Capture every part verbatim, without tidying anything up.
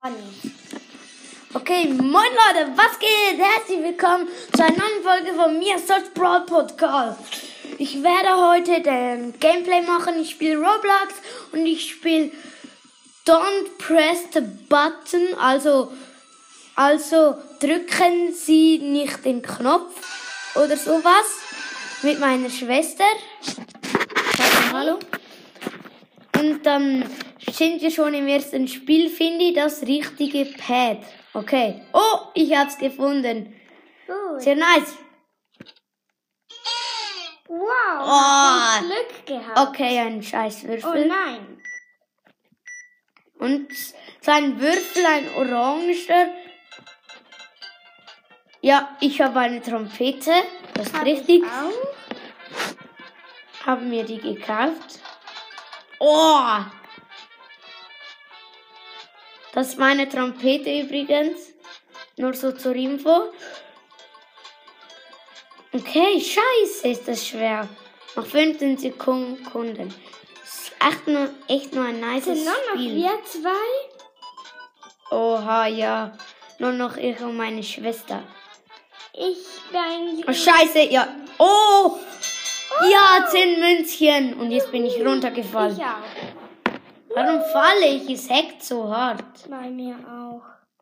Okay, moin Leute, was geht? Herzlich willkommen zu einer neuen Folge von mir, Search Brawl Podcast. Ich werde heute den Gameplay machen. Ich spiele Roblox und ich spiele Don't Press the Button. Also, also drücken Sie nicht den Knopf oder sowas. Mit meiner Schwester. Sag mal hallo. Und dann sind wir schon im ersten Spiel. Finde ich das richtige Pad. Okay. Oh, ich hab's gefunden. Gut. Sehr nice. Wow, Oh. hast du Glück gehabt. Okay, ein scheiß Oh Würfel. nein. Und so ein Würfel, ein oranger. Ja, ich habe eine Trompete. Das ist Hab richtig. Ich auch? Haben mir die gekauft. Oh! Das ist meine Trompete übrigens. Nur so zur Info. Okay, scheiße, ist das schwer. Noch fünfzehn Sekunden. Das ist echt nur, echt nur ein nice Sind nur noch Spiel. wir zwei? Oha, ja. Nur noch ich und meine Schwester. Ich bin... Oh, scheiße, ja. Oh! Ja, zehn Münzchen. Und jetzt bin ich runtergefallen. Ich auch. Warum falle ich? Es hackt so hart. Bei mir auch.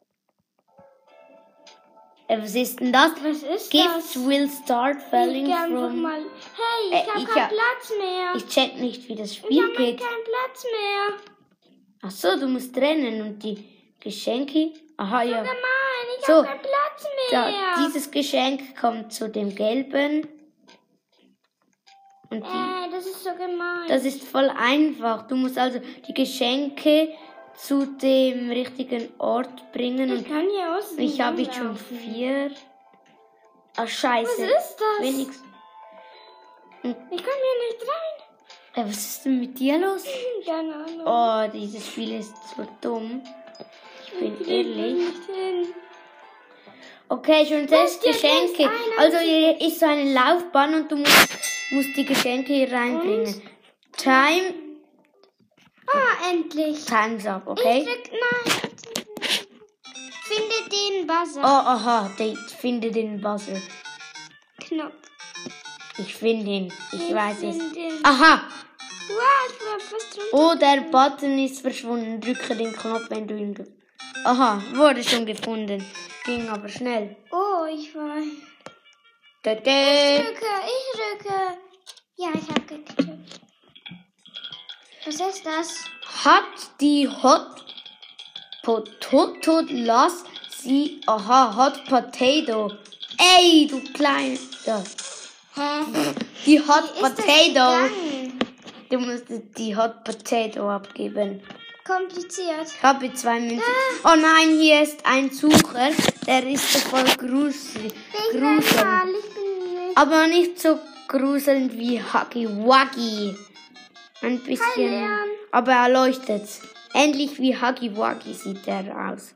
Äh, was ist denn das? Was ist Gifts das? will start falling Ich geh einfach from... mal... Hey, ich Äh, hab ich keinen hab- Platz mehr. Ich check nicht, wie das Ich Spiel hab geht. keinen Platz mehr. Ach so, du musst rennen und die Geschenke... Aha, ja. Gemein, ich So. hab keinen Platz mehr. Da, dieses Geschenk kommt zu dem gelben. Und die, Äh, das ist so gemein. das ist voll einfach. Du musst also die Geschenke zu dem richtigen Ort bringen. ich Und kann hier außen ich habe jetzt schon rumlaufen. vier. Ah, scheiße. Was ist das? Wenigstens. Ich kann hier nicht rein. Äh, was ist denn mit dir los? Keine Ahnung. Oh, dieses Spiel ist so dumm. Ich bin Ich ehrlich. nicht hin. Okay, schon sechs dir Geschenke. jetzt einer Also hier ist so eine Laufbahn und du musst, musst die Geschenke hier reinbringen. Time, Ah, endlich. time's up, Ich okay? drück, nein. Finde den Oh, Buzzer. aha, ich finde den Buzzer. Knopf. Ich finde ihn, ich weiß es. finde ihn. Aha, Wow, ich war fast drunter. oh, der Button ist verschwunden. Drücke den Knopf, wenn du ihn... ge- Aha, wurde schon gefunden. Ging aber schnell. Oh, ich war... Da, Ich da. drücke, ich drücke. Ja, ich habe gedrückt. Was ist das? Hat die Hot Potato, lass sie, aha, Hot Potato. Ey, du klein, ja. Hä? Die Hot Wie ist das Potato. gegangen? Du musst die Hot Potato abgeben. Kompliziert. Ich habe zwei Münzen. Oh nein, hier ist ein Sucher. Der ist so voll gruselig. Ich bin Gruselnd. mal, ich bin nicht. Aber nicht so gruselnd wie Huggy Wuggy. Ein Hi, bisschen. Leon. Aber er leuchtet. Ähnlich wie Huggy Wuggy sieht er aus.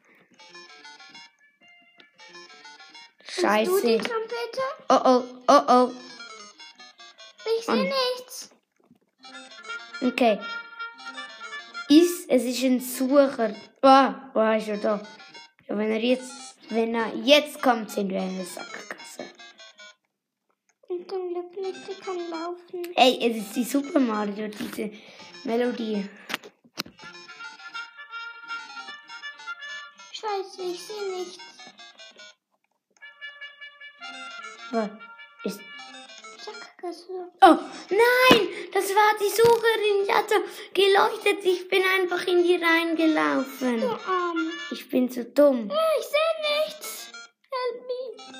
Bist du die Scheiße. Trompete? Oh oh, oh oh. Ich sehe Und- nichts. Okay. Ist, es ist ein Sucher. Oh, wo ist er da? Ja, wenn er jetzt, wenn er jetzt kommt, sind wir in der Sackgasse. Und zum Glück nicht, ich kann laufen. Ey, es ist die Super Mario, diese Melodie. Scheiße, ich sehe nichts. Was ist? Sackgasse. Oh, nein! Das war die Sucherin. Die hat so geleuchtet. Ich bin einfach in die reingelaufen. Du Arm. Ich bin so dumm. Ich sehe nichts. Help me.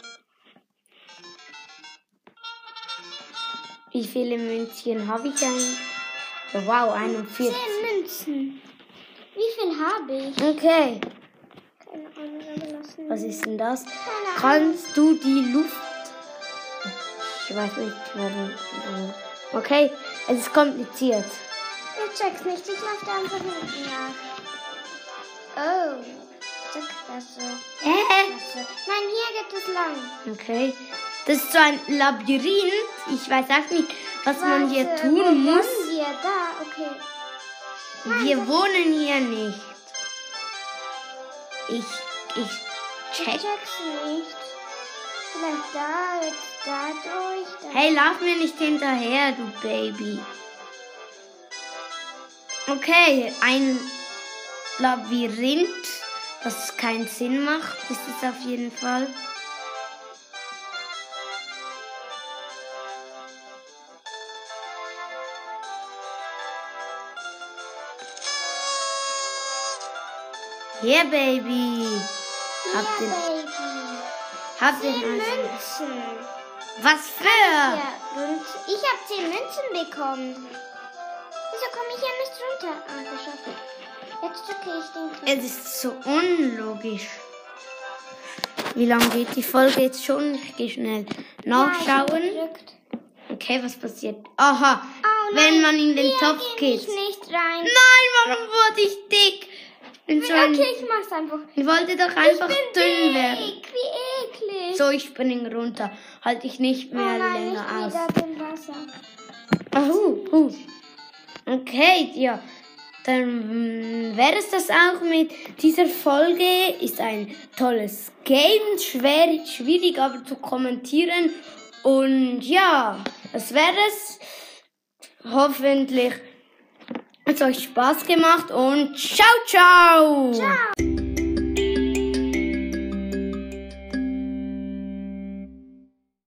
Wie viele Münzchen habe ich eigentlich? Oh, wow, einundvierzig. Zehn Münzen. Wie viel habe ich? Okay, Keine Ahnung, aber lassen. was ist denn das? Keine Ahnung. Kannst du die Luft... Ich weiß nicht, warum. Okay, es ist kompliziert. Ich check's nicht, ich laufe da einfach hinten nach. Oh, Sackgasse. Hä? Sackgasse. Nein, hier geht es lang. Okay. Das ist so ein Labyrinth. Ich weiß auch nicht, was man hier Warte, tun wo muss. wohnen wir? Da, okay. Wir wohnen hier nicht. Ich, ich Ich check. check's nicht. Vielleicht da, jetzt da durch. Dann Hey, lauf mir nicht hinterher, du Baby. Okay, ein Labyrinth, das keinen Sinn macht, ist es auf jeden Fall. Hier, Baby. ja, Hab den, Baby. hab den Zehn also. Münzen. Was für? Ja, und ich habe zehn Münzen bekommen. Wieso komme ich hier nicht runter? Ah, geschafft. Jetzt drücke ich den Knopf. Es ist so unlogisch. Wie lange geht die Folge jetzt schon? Ich gehe schnell Ja, ich hab nachschauen. gedrückt. Okay, was passiert? Aha, Oh, wenn nein, man in den hier Topf geh geht. ich nicht rein. Nein, warum wurde ich dick? Ich bin so ein, Okay, ich mach's einfach. ich wollte doch einfach ich bin dünn dick. werden. Wie eklig. So, ich springe runter. Halte ich nicht oh mehr nein, länger nicht aus. wieder im Wasser. Ahu, hu. Okay, ja. Dann wäre es das auch mit dieser Folge. Ist ein tolles Game. Schwer, schwierig aber zu kommentieren. Und ja, das wäre es. Hoffentlich hat es euch Spaß gemacht und ciao, ciao. Ciao.